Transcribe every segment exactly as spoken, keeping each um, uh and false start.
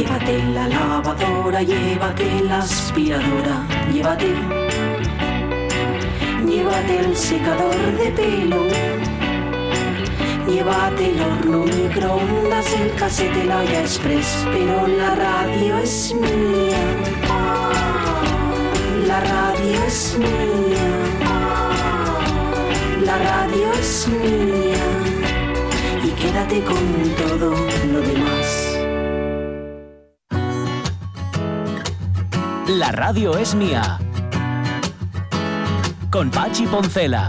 Llévate la lavadora, llévate la aspiradora, llévate, llévate el secador de pelo, llévate el horno, microondas, el cassette, el olla express, pero la radio es mía, la radio es mía, la radio es mía, y quédate con todo lo demás. La radio es mía. Con Pachi Poncela.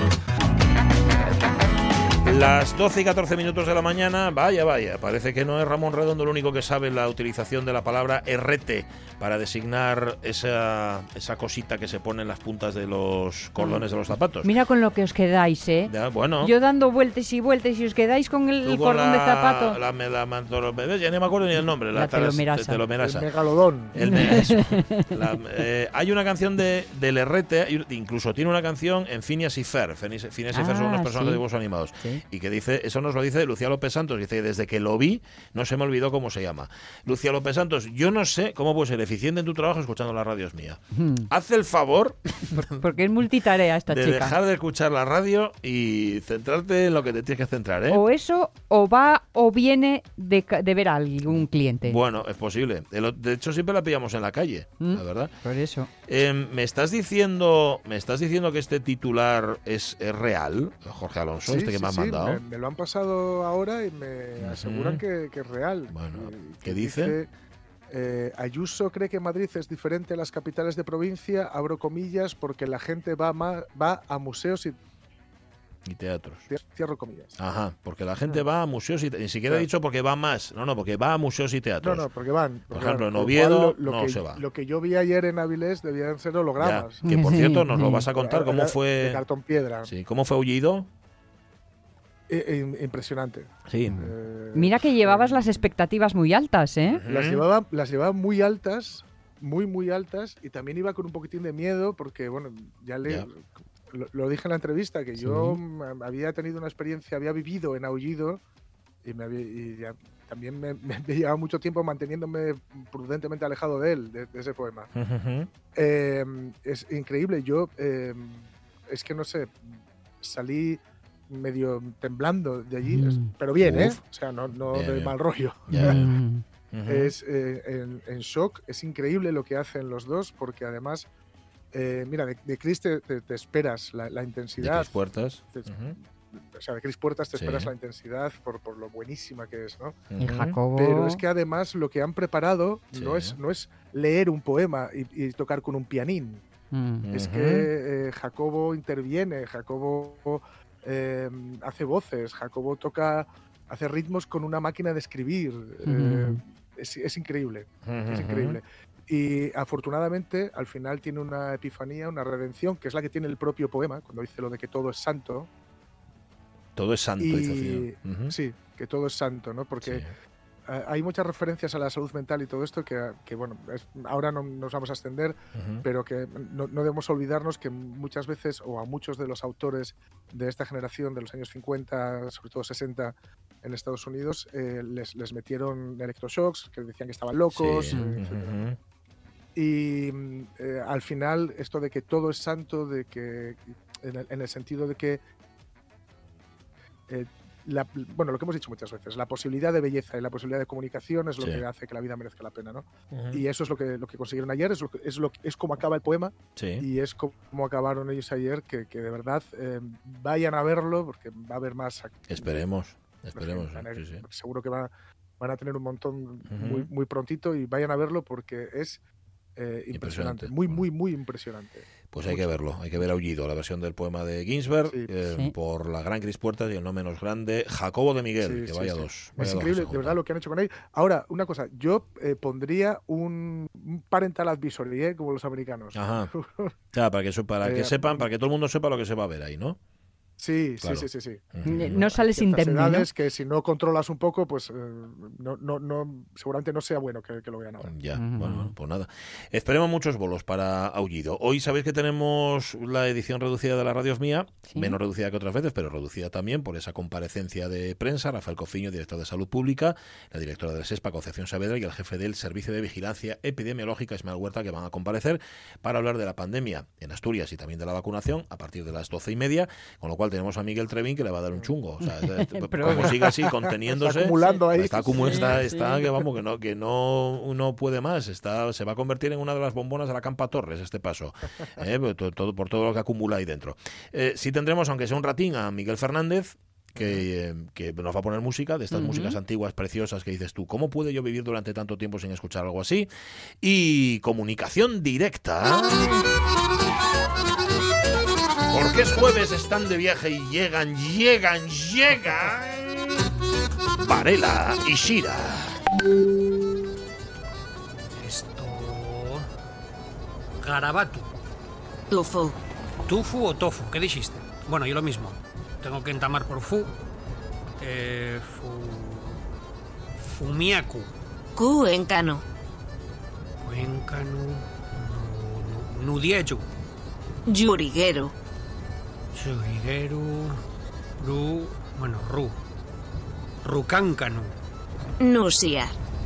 Las doce y catorce minutos de la mañana, vaya, vaya, parece que no es Ramón Redondo el único que sabe la utilización de la palabra herrete para designar esa, esa cosita que se pone en las puntas de los cordones de los zapatos. Mira con lo que os quedáis, ¿eh? Ya, bueno. Yo dando vueltas y vueltas y os quedáis con el, el con cordón la, de zapato. La, la, la mantoro- ya no me acuerdo ni el nombre. La, la telomerasa. telomerasa. El megalodón. El me- eso. La, eh, hay una canción de del herrete, incluso tiene una canción en Phineas y Ferb. Phineas y Ferb son unos Ah, personajes sí. de dibujos animados. Sí. Y que dice, eso nos lo dice Lucía López Santos, dice, desde que lo vi, no se me olvidó cómo se llama. Lucía López Santos, yo no sé cómo puedes ser eficiente en tu trabajo escuchando la radio es mía. Hmm. Haz el favor Porque es multitarea esta de chica. dejar de escuchar la radio y centrarte en lo que te tienes que centrar, ¿eh? O eso, o va o viene de, ca- de ver a algún cliente. Bueno, es posible. De, de hecho, siempre la pillamos en la calle, Mm. la verdad. Por eso. Eh, ¿me estás diciendo me estás diciendo que este titular es, es real, Jorge Alonso, Sí, este que sí, me has sí, mandado? Me, me lo han pasado ahora y me Ujú. aseguran que, que es real. Bueno, Y- ¿qué que dice? eh, Ayuso cree que Madrid es diferente a las capitales de provincia, abro comillas, porque la gente va, ma- va a museos y Y teatros. cierro comillas. Ajá, porque la gente va a museos y te- ni siquiera he Claro. dicho porque va más. No, no, porque va a museos y No, teatros. no, porque van. Por porque ejemplo, van. en Con lo Oviedo cual, lo, lo no que, se va. Lo que yo vi ayer en Avilés debían ser Ya, hologramas. que por cierto, nos lo vas a contar Era- cómo era De fue. cartón piedra. Sí, cómo fue Aullido. Eh, eh, impresionante. Sí. Eh, Mira que llevabas las expectativas muy altas, ¿eh? Las llevaba, las llevaba muy altas, muy, muy altas, y también iba con un poquitín de miedo, porque, bueno, ya le. Ya. Lo, lo dije en la entrevista, que yo mm, había tenido una experiencia, había vivido en Aullido, y, me había, y ya también me, me había llevado mucho tiempo manteniéndome prudentemente alejado de él, de, de ese poema. Ujú. Eh, es increíble, yo, eh, es que no sé, salí medio temblando de allí, Mm. es- pero bien, ¿eh? Uf. O sea, no, no Bien, de bien. mal rollo. Ya. Mm. Ujú. Es eh, en, en shock, es increíble lo que hacen los dos, porque además, eh, mira, de, de Chris te, te- te esperas la, la De intensidad, tres puertas. te- Ujú. o sea, de Chris Puertas te Sí. esperas la intensidad por, por lo buenísima que es, ¿no? Y Ujú. Jacobo. Pero es que además lo que han preparado Sí. no, es, no es leer un poema y, y tocar con un pianín, Mm. es Ujú. que eh, Jacobo interviene, Jacobo eh, hace voces, Jacobo toca, hace ritmos con una máquina de escribir. eh, Ujú. es, es increíble, Ujú. es increíble. Y afortunadamente al final tiene una epifanía, una redención, que es la que tiene el propio poema, cuando dice lo de que todo es santo. Todo es santo, dice Y Ciro. Ujú. sí, que todo es santo, ¿no? Porque Sí. eh, hay muchas referencias a la salud mental y todo esto que, que, bueno, es- ahora no nos vamos a extender, Ujú. pero que no, no debemos olvidarnos que muchas veces, o a muchos de los autores de esta generación de los años cincuenta, sobre todo sesenta en Estados Unidos, eh, les, les metieron electroshocks, que decían que estaban locos, Sí. eh, etcétera. Ujú. Y mm, eh, al final, esto de que todo es santo, de que en el, en el sentido de que eh, la- bueno, lo que hemos dicho muchas veces, la posibilidad de belleza y la posibilidad de comunicación es lo Sí. que hace que la vida merezca la pena, ¿no? Ujú. Y eso es lo que, lo que consiguieron ayer, es, lo que- es, lo, que- es como acaba el poema Sí. y es como acabaron ellos ayer, que, que de verdad eh, vayan a verlo porque va a haber más. ac- Esperemos. no sé, Esperemos. van a- Sí, sí. Seguro que va- van a tener un montón Ujú. muy, muy prontito y vayan a verlo porque es eh, impresionante, Impresionante. muy, Bueno. muy, muy impresionante. Pues hay que Mucho. verlo, hay que ver Aullido, la versión del poema de Ginsberg, Sí. eh, Sí. por la gran Cris Puertas y el no menos grande Jacobo de Miguel, Sí, que sí, vaya sí. dos. vaya Es dos increíble, se de juntan. verdad, lo que han hecho con él. Ahora, una cosa, yo eh, pondría un, un parental advisory, ¿eh? Como los americanos. Ajá. Ya, para que, eso- para que Eh, sepan, para que todo el mundo sepa lo que se va a ver ahí, ¿no? Sí, Claro. sí, sí, sí, sí. No sales Ciertas indemne, ¿no? edades que si no controlas un poco, pues eh, no, no, no, seguramente no sea bueno que, que lo vean ahora. Ya, Ujú. bueno, pues nada. Esperemos muchos bolos para Aullido. Hoy sabéis que tenemos la edición reducida de la Radio Es Mía, Sí. menos reducida que otras veces, pero reducida también por esa comparecencia de prensa. Rafael Cofiño, director de Salud Pública, la directora del SESPA, Concepción Saavedra, y el jefe del Servicio de Vigilancia Epidemiológica, Ismael Huerta, que van a comparecer para hablar de la pandemia en Asturias y también de la vacunación a partir de las doce y media, con lo cual tenemos a Miguel Trevín que le va a dar un chungo. O sea, es- es- Pero- como siga así, conteniéndose... Está acumulando ahí. Está como Sí, está, sí. está que vamos, que no, que no, no puede más. Está, se va a convertir en una de las bombonas de la Campa Torres este paso. ¿eh? Por, todo, todo- por todo lo que acumula ahí dentro. Eh, sí tendremos, aunque sea un ratín, a Miguel Fernández. Que, eh, que nos va a poner música, de estas Ujú. músicas antiguas, preciosas, que dices tú, ¿cómo pude yo vivir durante tanto tiempo sin escuchar algo así? Y comunicación directa. Porque es jueves, están de viaje y llegan, llegan, llegan. Varela y Shira. Esto... Garabato. Tofu. ¿Tufu o tofu? ¿Qué dijiste? Bueno, yo lo mismo. Tengo que entamar por fu. Eh, fu... Fumiaku. Cuencano. Cuencanu. Nu- nu- Nudieyu. Yuriguero. Churigueru. Ru... Bueno, ru. Rucáncanu. Nusiar.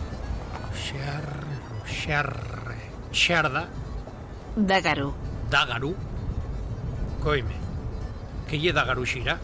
Xar... Xar... Xarda. Dágaro. Dágaru. Coime. ¿Qué ye Dágaru, Shira?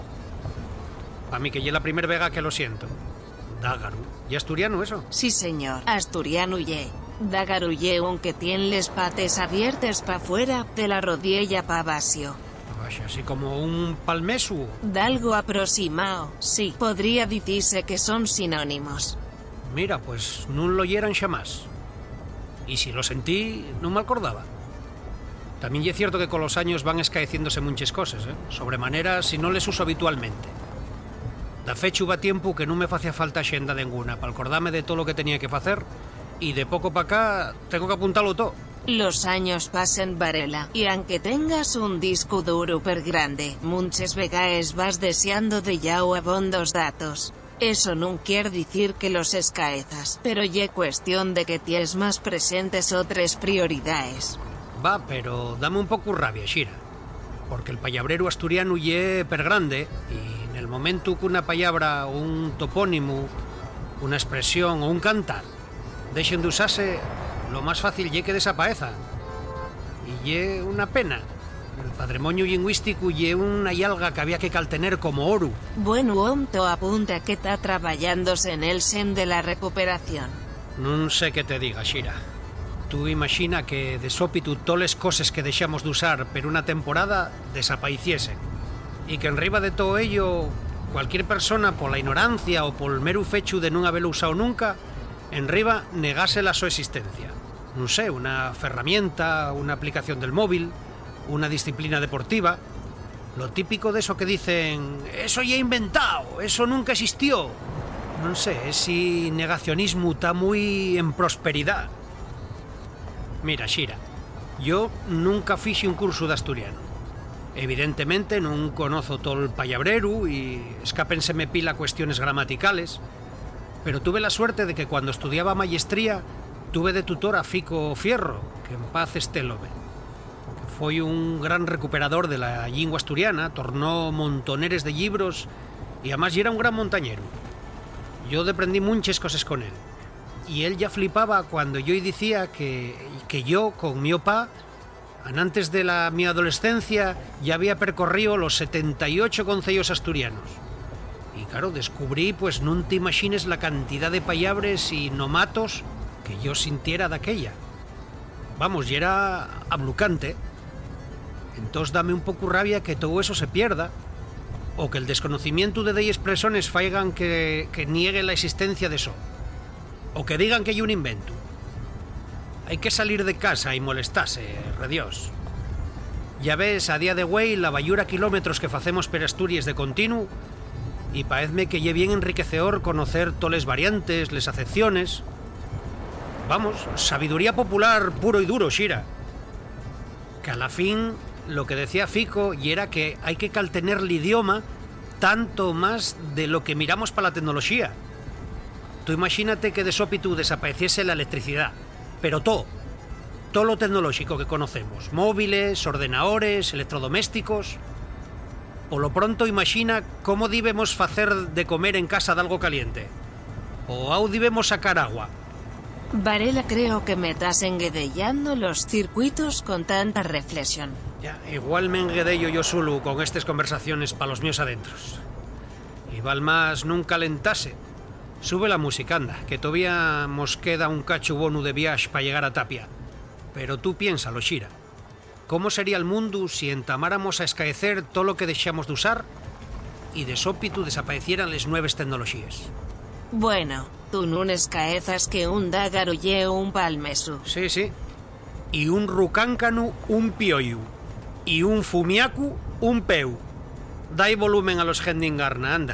A mí que ye la primer vega que lo siento. Dágaru. ¿Y asturiano eso? Sí, señor. Asturiano ye. Dágaro ye aunque tiene les pates abiertas pa' fuera, de la rodilla pa' vasio. Vaya, así como un palmesu. Dalgo aproximado. Sí, podría decirse que son sinónimos. Mira, pues no lo yeran jamás. Y si lo sentí, no me acordaba. También es cierto que con los años van escaeciéndose muchas cosas, ¿eh? Sobremanera si no les uso habitualmente. Da fechu va tiempo que no me hacía falta xenda ninguna para acordarme de todo lo que tenía que hacer y de poco para acá tengo que apuntarlo todo. Los años pasan, Varela, y aunque tengas un disco duro per grande, muchas vegaes vas deseando de yao abondos datos. Eso no quiere decir que los escaezas, pero ye cuestión de que tienes más presentes otras prioridades. Va, pero dame un poco rabia, Shira. Porque el payabrero asturiano ye per grande y en el momento que una palabra o un topónimo, una expresión o un cantar dejen de usarse, lo más fácil ye que desaparezcan. Y ye una pena. El patrimonio lingüístico ye una yalga que había que caltener como oro. Bueno, Omto apunta que está trabajándose en el sen de la recuperación. No sé qué te diga, Shira. Tú imagina que de sópitu todas las cosas que dejamos de usar per una temporada desapareciesen. Y que en riba de todo ello, cualquier persona, por la ignorancia o por el mero fechu de no haberlo usado nunca, en riba negase la su existencia. No sé, una ferramienta, una aplicación del móvil, una disciplina deportiva. Lo típico de eso que dicen, eso ya he inventado, eso nunca existió. No sé, ese negacionismo está muy en prosperidad. Mira, Shira, yo nunca fixe un curso de asturiano. Evidentemente non conozo todo el payabreru y escápenseme pila cuestiones gramaticales, pero tuve la suerte de que cuando estudiaba maestría tuve de tutor a Fico Fierro, que en paz esté love, que foi un gran recuperador de la lingua asturiana, tornó montoneres de libros y además era un gran montañero. Yo deprendí muchas cosas con él. Y él ya flipaba cuando yo decía que, que yo, con mi opa, antes de la mi adolescencia, ya había percorrido los setenta y ocho concellos asturianos. Y claro, descubrí, pues no te imagines la cantidad de payabres y nomatos que yo sintiera de aquella. Vamos, y era ablucante. Entonces dame un poco rabia que todo eso se pierda, o que el desconocimiento de deyes expresiones faigan que, que niegue la existencia de eso. O que digan que hay un invento. Hay que salir de casa y molestarse, rediós. Ya ves, a día de güey, la bayura kilómetros que facemos per Asturias de continuo, y paezme que lle bien enriquecedor conocer toles variantes, les acepciones. Vamos, sabiduría popular puro y duro, Shira. Que a la fin lo que decía Fico, y era que hay que caltener el idioma tanto más de lo que miramos para la tecnología. Tú imagínate que de sópitu desapareciese la electricidad, pero todo, todo lo tecnológico que conocemos, móviles, ordenadores, electrodomésticos. Por lo pronto imagina cómo debemos hacer de comer en casa de algo caliente. O how debemos sacar agua. Varela, creo que me estás enguedellando los circuitos con tanta reflexión. Ya, igual me enguedello yo solo con estas conversaciones para los míos adentros. Y Balmas nunca calentase. Sube la música, anda, que todavía nos queda un cacho bono de viaje para llegar a Tapia. Pero tú piénsalo, Xira. ¿Cómo sería el mundo si entamáramos a escaecer todo lo que dejamos de usar y de sópitu desaparecieran las nuevas tecnologías? Bueno, tú no escaezas que un dágaro lle un palmesu. Sí, sí. Y un rucáncanu, un pioyu. Y un fumiacu, un peu. Dai volumen a los Gendingarna, anda.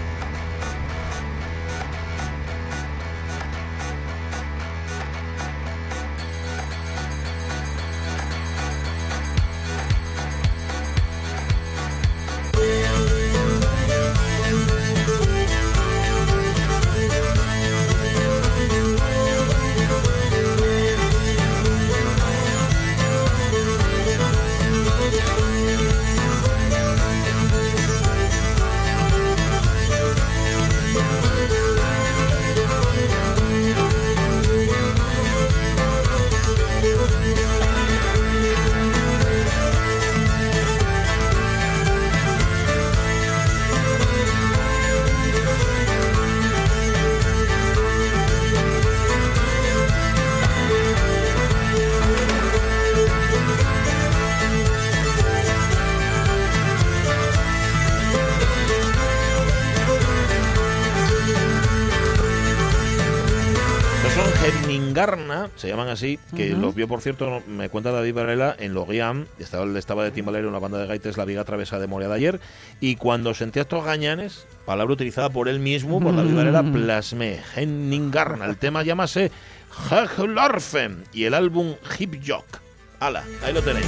Gendingarna, se llaman así, que uh-huh. los vio, por cierto, me cuenta David Varela, en Loguiam, estaba, estaba de timbalero en una banda de gaites, la Viga Travesa de Moria de ayer, y cuando sentía estos gañanes, palabra utilizada por él mismo, por David Varela, plasmé, Gendingarna, el tema llámase Haglarfen, y el álbum Hip Jock. Ala, ahí lo tenéis.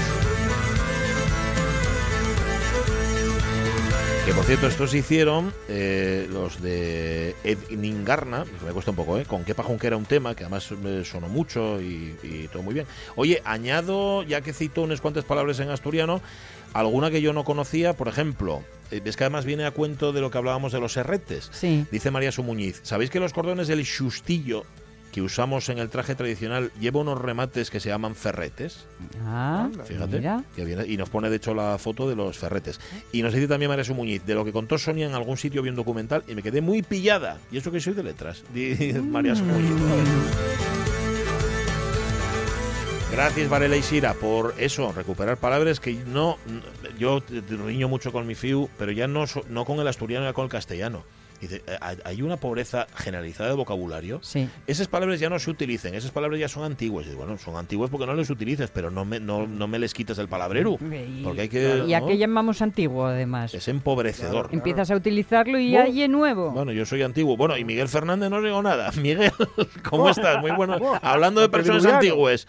Que por cierto, estos hicieron eh, los de Gendingarna, me cuesta un poco, ¿eh? Con Kepa Junquera, un tema que además me sonó mucho y, y todo muy bien. Oye, añado, ya que cito unas cuantas palabras en asturiano, alguna que yo no conocía, por ejemplo, eh, es que además viene a cuento de lo que hablábamos de los herretes. Sí. Dice María Sumuñiz, ¿sabéis que los cordones del xustillo que usamos en el traje tradicional lleva unos remates que se llaman ferretes? Ah, fíjate, mira. Que viene, y nos pone de hecho la foto de los ferretes. Y nos dice también María Sumuñiz, de lo que contó Sonia en algún sitio bien documental, y me quedé muy pillada. Y eso que soy de letras, dice mm. María Sumuñiz. Gracias, Varela y Sira, por eso, recuperar palabras que no... Yo riño mucho con mi fiu, pero ya no, no con el asturiano, ya con el castellano. Dice, hay una pobreza generalizada de vocabulario. Sí. Esas palabras ya no se utilicen, esas palabras ya son antiguas. Y bueno, son antiguas porque no las utilices, pero no me, no, no me les quitas el palabrero. Porque hay que, ¿Y a ¿no? qué llamamos antiguo, además? Es empobrecedor. Claro, empiezas a utilizarlo y ya es nuevo. Bueno, yo soy antiguo. Bueno, y Miguel Fernández no digo nada. Miguel, ¿cómo estás? Muy bueno. Hablando de personas antiguas.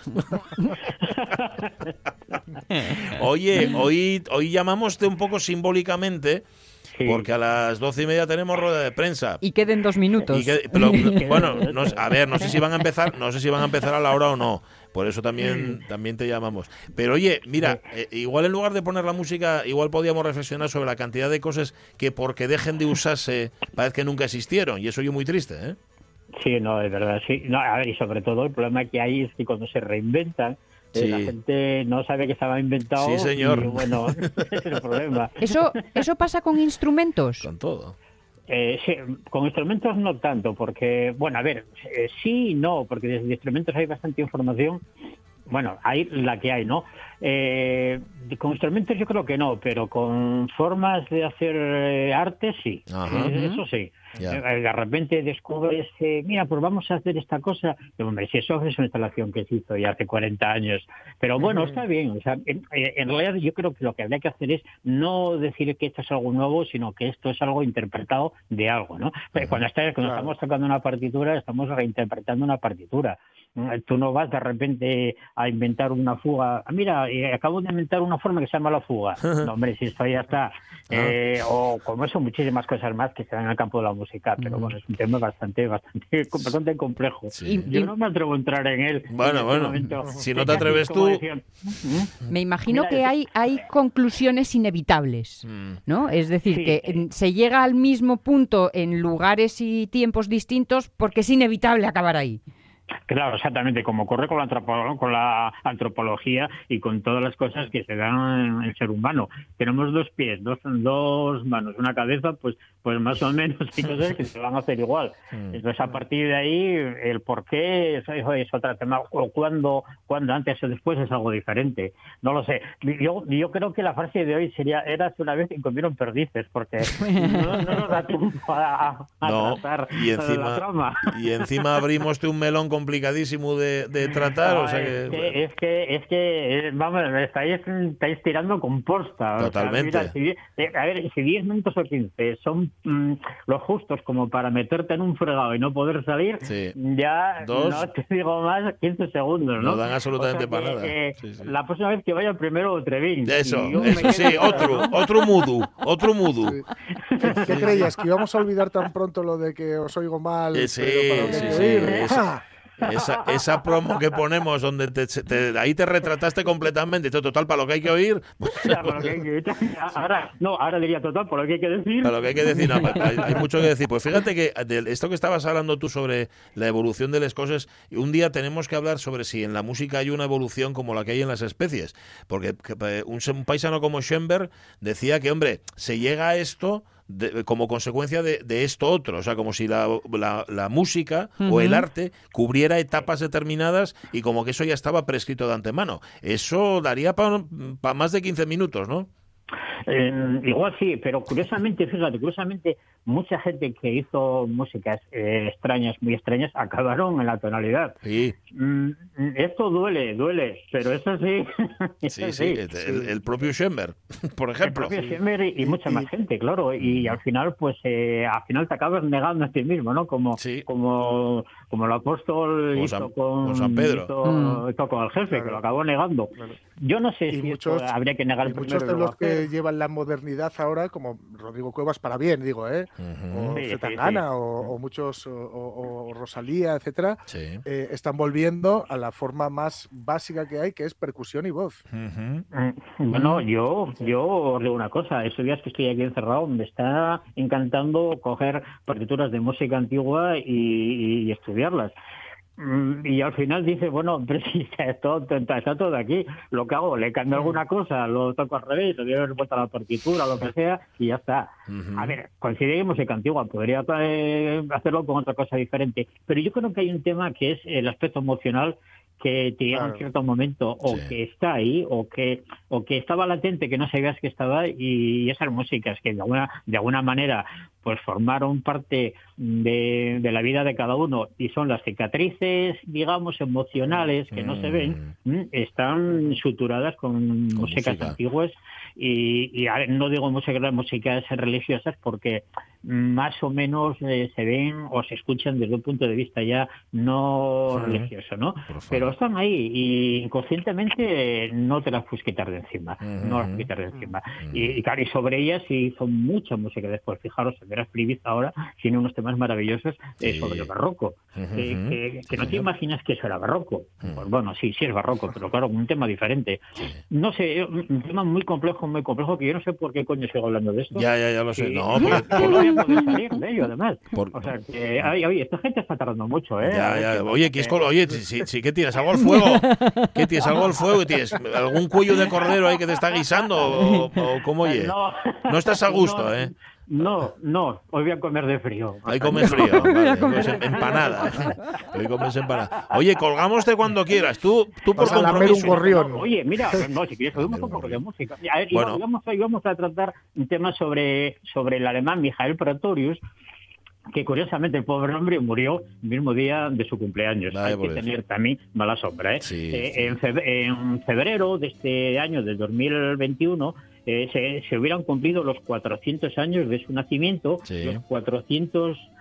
Oye, hoy, hoy llamámoste un poco simbólicamente. Sí. Porque a las doce y media tenemos rueda de prensa. Y queden dos minutos. Y que, pero, bueno, no, a ver, no sé si van a empezar, no sé si van a empezar a la hora o no. Por eso también, también te llamamos. Pero oye, mira, eh, igual en lugar de poner la música, igual podíamos reflexionar sobre la cantidad de cosas que porque dejen de usarse parece que nunca existieron. Y eso yo muy triste, ¿eh? Sí, no, es verdad, sí. No, a ver, y sobre todo el problema que hay es que cuando se reinventan, sí. La gente no sabe que estaba inventado. Sí, señor. Y bueno, ese es el problema. ¿Eso, eso pasa con instrumentos? Con todo. Eh, sí, con instrumentos no tanto, porque, bueno, a ver, eh, sí y no, porque desde instrumentos hay bastante información. Bueno, hay la que hay, ¿no? Eh, con instrumentos yo creo que no, pero con formas de hacer eh, arte sí. Ajá. Eh, eso sí. Yeah. De repente descubres, eh, mira, pues vamos a hacer esta cosa. Pero, hombre, si eso es una instalación que se hizo ya hace cuarenta años. Pero bueno, uh-huh. está bien. O sea, en, en realidad yo creo que lo que habría que hacer es no decir que esto es algo nuevo, sino que esto es algo interpretado de algo, ¿no? Uh-huh. Cuando, está, cuando claro. estamos tocando una partitura, estamos reinterpretando una partitura. Tú no vas de repente a inventar una fuga. Mira, ah, y acabo de inventar una forma que se llama la fuga. No, hombre, si esto ya está. Eh, o como eso, muchísimas cosas más que se dan en el campo de la música, pero bueno, es un tema bastante, bastante, bastante complejo. Sí. Yo no me atrevo a entrar en él. Bueno, en bueno, momento. si no te atreves tú... Decían, Me imagino Mira, que eso- hay, hay conclusiones inevitables, Mm. ¿no? Es decir, Sí. que mm, se llega al mismo punto en lugares y tiempos distintos porque es inevitable acabar ahí. Claro, exactamente, como ocurre con la, antropo- con la antropología y con todas las cosas que se dan en el ser humano. Tenemos dos pies, dos, dos manos, una cabeza, pues pues más o menos hay cosas que se van a hacer igual. Entonces, a partir de ahí, el por qué eso, eso es otro tema, o cuándo, cuándo antes o después es algo diferente. No lo sé. Yo, yo creo que la frase de hoy sería, érase una vez y comieron perdices, porque no, no nos da tiempo a, a No, tratar y encima, la trama. y encima abrimos un melón complicadísimo de, de tratar, o sea es, que... que, es que, es que, eh, vamos, estáis, estáis tirando composta. Totalmente. O sea, mira, si, eh, a ver, si diez minutos o quince son mm, los justos como para meterte en un fregado y no poder salir, Sí. ya Dos. no te digo más, quince segundos, ¿no? No dan absolutamente O sea para que, nada. eh, Sí, sí. La próxima vez que vaya primero o Trevín. Eso, Y yo me eso quedo sí, con- otro, otro mudu, otro mudu. Sí. ¿Qué, qué creías? ¿Que íbamos a olvidar tan pronto lo de que os oigo mal? Eh, sí, pero para lo que sí, hay que sí, oír? esa- ¡Ah! Esa, esa promo que ponemos donde te, te- ahí te retrataste completamente, total, para lo que hay que oír, Ya, por lo que hay que- ahora, no, ahora diría total, por lo que hay que decir. para lo que hay que decir, no, hay, hay mucho que decir. Pues fíjate que de esto que estabas hablando tú sobre la evolución de las cosas, un día tenemos que hablar sobre si en la música hay una evolución como la que hay en las especies, porque que, un, un paisano como Schoenberg decía que, hombre, se llega a esto de, como consecuencia de, de esto otro, o sea, como si la, la, la música uh-huh. o el arte cubriera etapas determinadas y como que eso ya estaba prescrito de antemano. Eso daría para pa más de quince minutos, ¿no? Eh, igual sí, pero curiosamente, fíjate, curiosamente, mucha gente que hizo músicas eh, extrañas, muy extrañas, acabaron en la tonalidad. Sí. Mm, esto duele, duele, pero eso sí. Sí, sí, el, el propio Schoenberg, por ejemplo. El propio Schoenberg y, y mucha más gente, claro, y al final, pues, eh, al final te acabas negando a ti mismo, ¿no? Como, sí. como, como el apóstol con hizo San, con, con San Pedro, hizo, mm. hizo con el jefe, claro. que lo acabó negando. Claro. Yo no sé y si muchos, esto habría que negar y el primero. muchos de y los luego hacer. que llevan la modernidad ahora, como Rodrigo Cuevas para bien, digo, ¿eh? Uh-huh. O sí, Zetangana, sí, sí. o, o muchos, o, o, o Rosalía, etcétera, sí. eh, están volviendo a la forma más básica que hay, que es percusión y voz. Uh-huh. Bueno, yo, yo os digo una cosa, esos días que estoy aquí encerrado me está encantando coger partituras de música antigua y, y estudiarlas. Y al final dice, bueno, pero si está todo, está todo aquí, lo que hago, le cambio alguna cosa, lo toco al revés, le doy vuelta a la partitura, lo que sea, y ya está. Uh-huh. A ver, coincide música antigua, podría eh, hacerlo con otra cosa diferente, pero yo creo que hay un tema que es el aspecto emocional que te llega claro. en cierto momento, o sí. que está ahí, o que o que estaba latente, que no sabías que estaba, y esas músicas que de alguna, de alguna manera pues formaron parte de, de la vida de cada uno, y son las cicatrices, digamos, emocionales, que mm. no se ven, están suturadas con, con músicas música. antiguas, y, y no digo músicas, músicas religiosas, porque más o menos eh, se ven o se escuchan desde un punto de vista ya no sí. religioso, ¿no? Pero están ahí y inconscientemente no te las puedes quitar de encima, uh-huh. no las puedes quitar de encima. Uh-huh. Y, y, claro, y sobre ellas se hizo mucha música después. Fijaros, Vera Spliviz ahora tiene unos temas maravillosos eh, sí. sobre el barroco, uh-huh. eh, que, que no te imaginas que eso era barroco. Uh-huh. Pues bueno, sí, sí es barroco, pero claro, un tema diferente. No sé, un tema muy complejo, muy complejo, que yo no sé por qué coño sigo hablando de esto. Ya, ya, ya lo sé. Y, no, porque... porque... no voy a poder salir de ello, además. Por... O sea, que, ay, oye, esta gente está tardando mucho, ¿eh? Ya, ya. Oye, Quisco, oye, si, si, ¿qué tienes? ¿Algo al fuego? ¿Qué tienes? ¿Algo al fuego? ¿Tienes algún cuello de cordero ahí que te está guisando? ¿O, o cómo oye? No, no estás a gusto, no, ¿eh? No, no, hoy voy a comer de frío. Hoy comes frío, vale, comes empanada. Hoy comes empanada. Oye, colgámoste cuando quieras. Tú, tú por compromiso. Un gorrión. No, oye, mira, no, si quieres oímos un poco de música. A ver, bueno. íbamos, íbamos a tratar un tema sobre, sobre el alemán Michael Praetorius, que curiosamente el pobre hombre murió el mismo día de su cumpleaños. Vale, hay que eso. tener también mala sombra, ¿eh? Sí, eh sí. En, febrero, en febrero de este año, del dos mil veintiuno, eh, se, se hubieran cumplido los cuatrocientos años de su nacimiento, sí. los cuatrocientos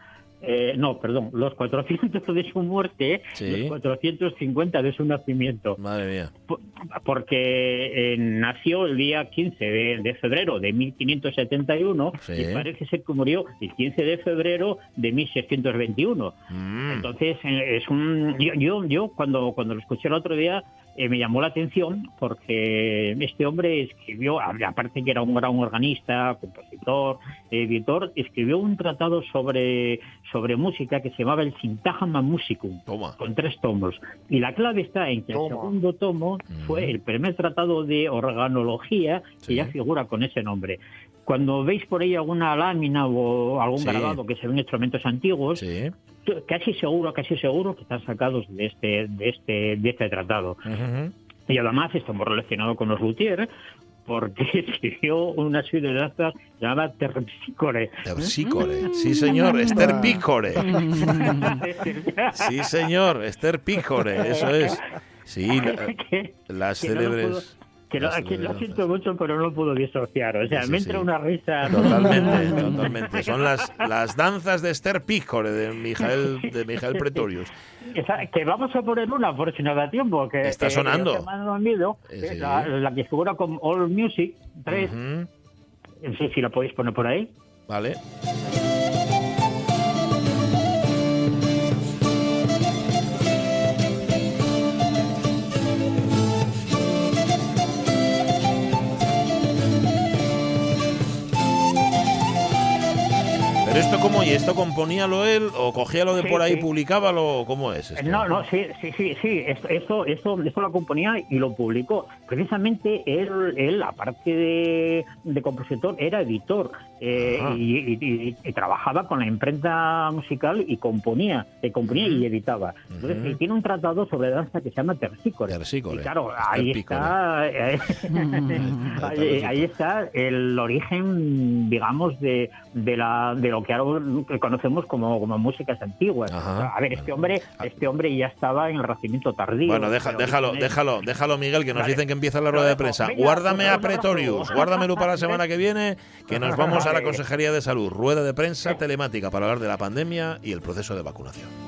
Eh, no, perdón, los cuatrocientos de su muerte, Sí. los cuatrocientos cincuenta de su nacimiento. Madre mía. Por- Porque eh, nació el día quince de, de febrero de mil quinientos setenta y uno Sí. y parece ser que murió el quince de febrero de mil seiscientos veintiuno. Mm. Entonces, eh, es un yo, yo, yo cuando, cuando lo escuché el otro día, eh, me llamó la atención porque este hombre escribió, aparte que era un gran organista, compositor, editor, escribió un tratado sobre, sobre música que se llamaba el Syntagma Musicum, Toma. con tres tomos. Y la clave está en que el Toma. segundo tomo fue el primer tratado de organología que Sí. ya figura con ese nombre. Cuando veis por ahí alguna lámina o algún Sí. grabado que se ven instrumentos antiguos, Sí. casi seguro, casi seguro que están sacados de este, de este, de este tratado. Ujú. Y además estamos relacionados con los luthier, porque escribió una suite de danzas llamada Terpsicore. Terpsicore. Sí, señor. Esther Pícore. Sí, señor. Esther Pícore. Eso es. Sí, la- que, las que no lo célebres... puedo- que lo, las que lo célebres siento danzas. mucho, pero no lo puedo disociar. O sea, Sí, sí, me entra sí. una risa. Totalmente, totalmente. Son las, las danzas de Esther Pícore, de Mijael, de Mijael Pretorius. Esa- que vamos a poner una por si nos da tiempo. Que, Está que- sonando. que me han olvidado, Eh, que sí. la, la que figura con All Music tres. Ujú. No sé si la podéis poner por ahí. Vale. Pero esto cómo, y esto componíalo él, o cogíalo de Sí, por ahí, sí. publicábalo, ¿cómo es esto? No, no, sí, sí, sí, sí. Esto, esto, esto, esto lo componía y lo publicó. Precisamente él, él aparte de, de compositor, era editor eh, Ajá. y, y- y- y trabajaba con la imprenta musical y componía, eh, componía y editaba. Entonces, Ujú. él tiene un tratado sobre danza que se llama Terpsicore. Terpsicore. Y claro, Esther ahí Pícore. está, eh, ahí, ahí está el origen, digamos, de, de la de lo que ahora conocemos como, como músicas antiguas. Ajá. A ver, este hombre, este hombre ya estaba en el Renacimiento tardío. Bueno, deja- pero déjalo, orígenes- déjalo, déjalo, Miguel, que nos Vale. dicen que empieza la Lo rueda de dejo. prensa. Venga, Guárdame pues, a un abrazo. Pretorius, guárdamelo para la semana que viene, que nos vamos a la Vale. Consejería de Salud. Rueda de prensa telemática para hablar de la pandemia y el proceso de vacunación.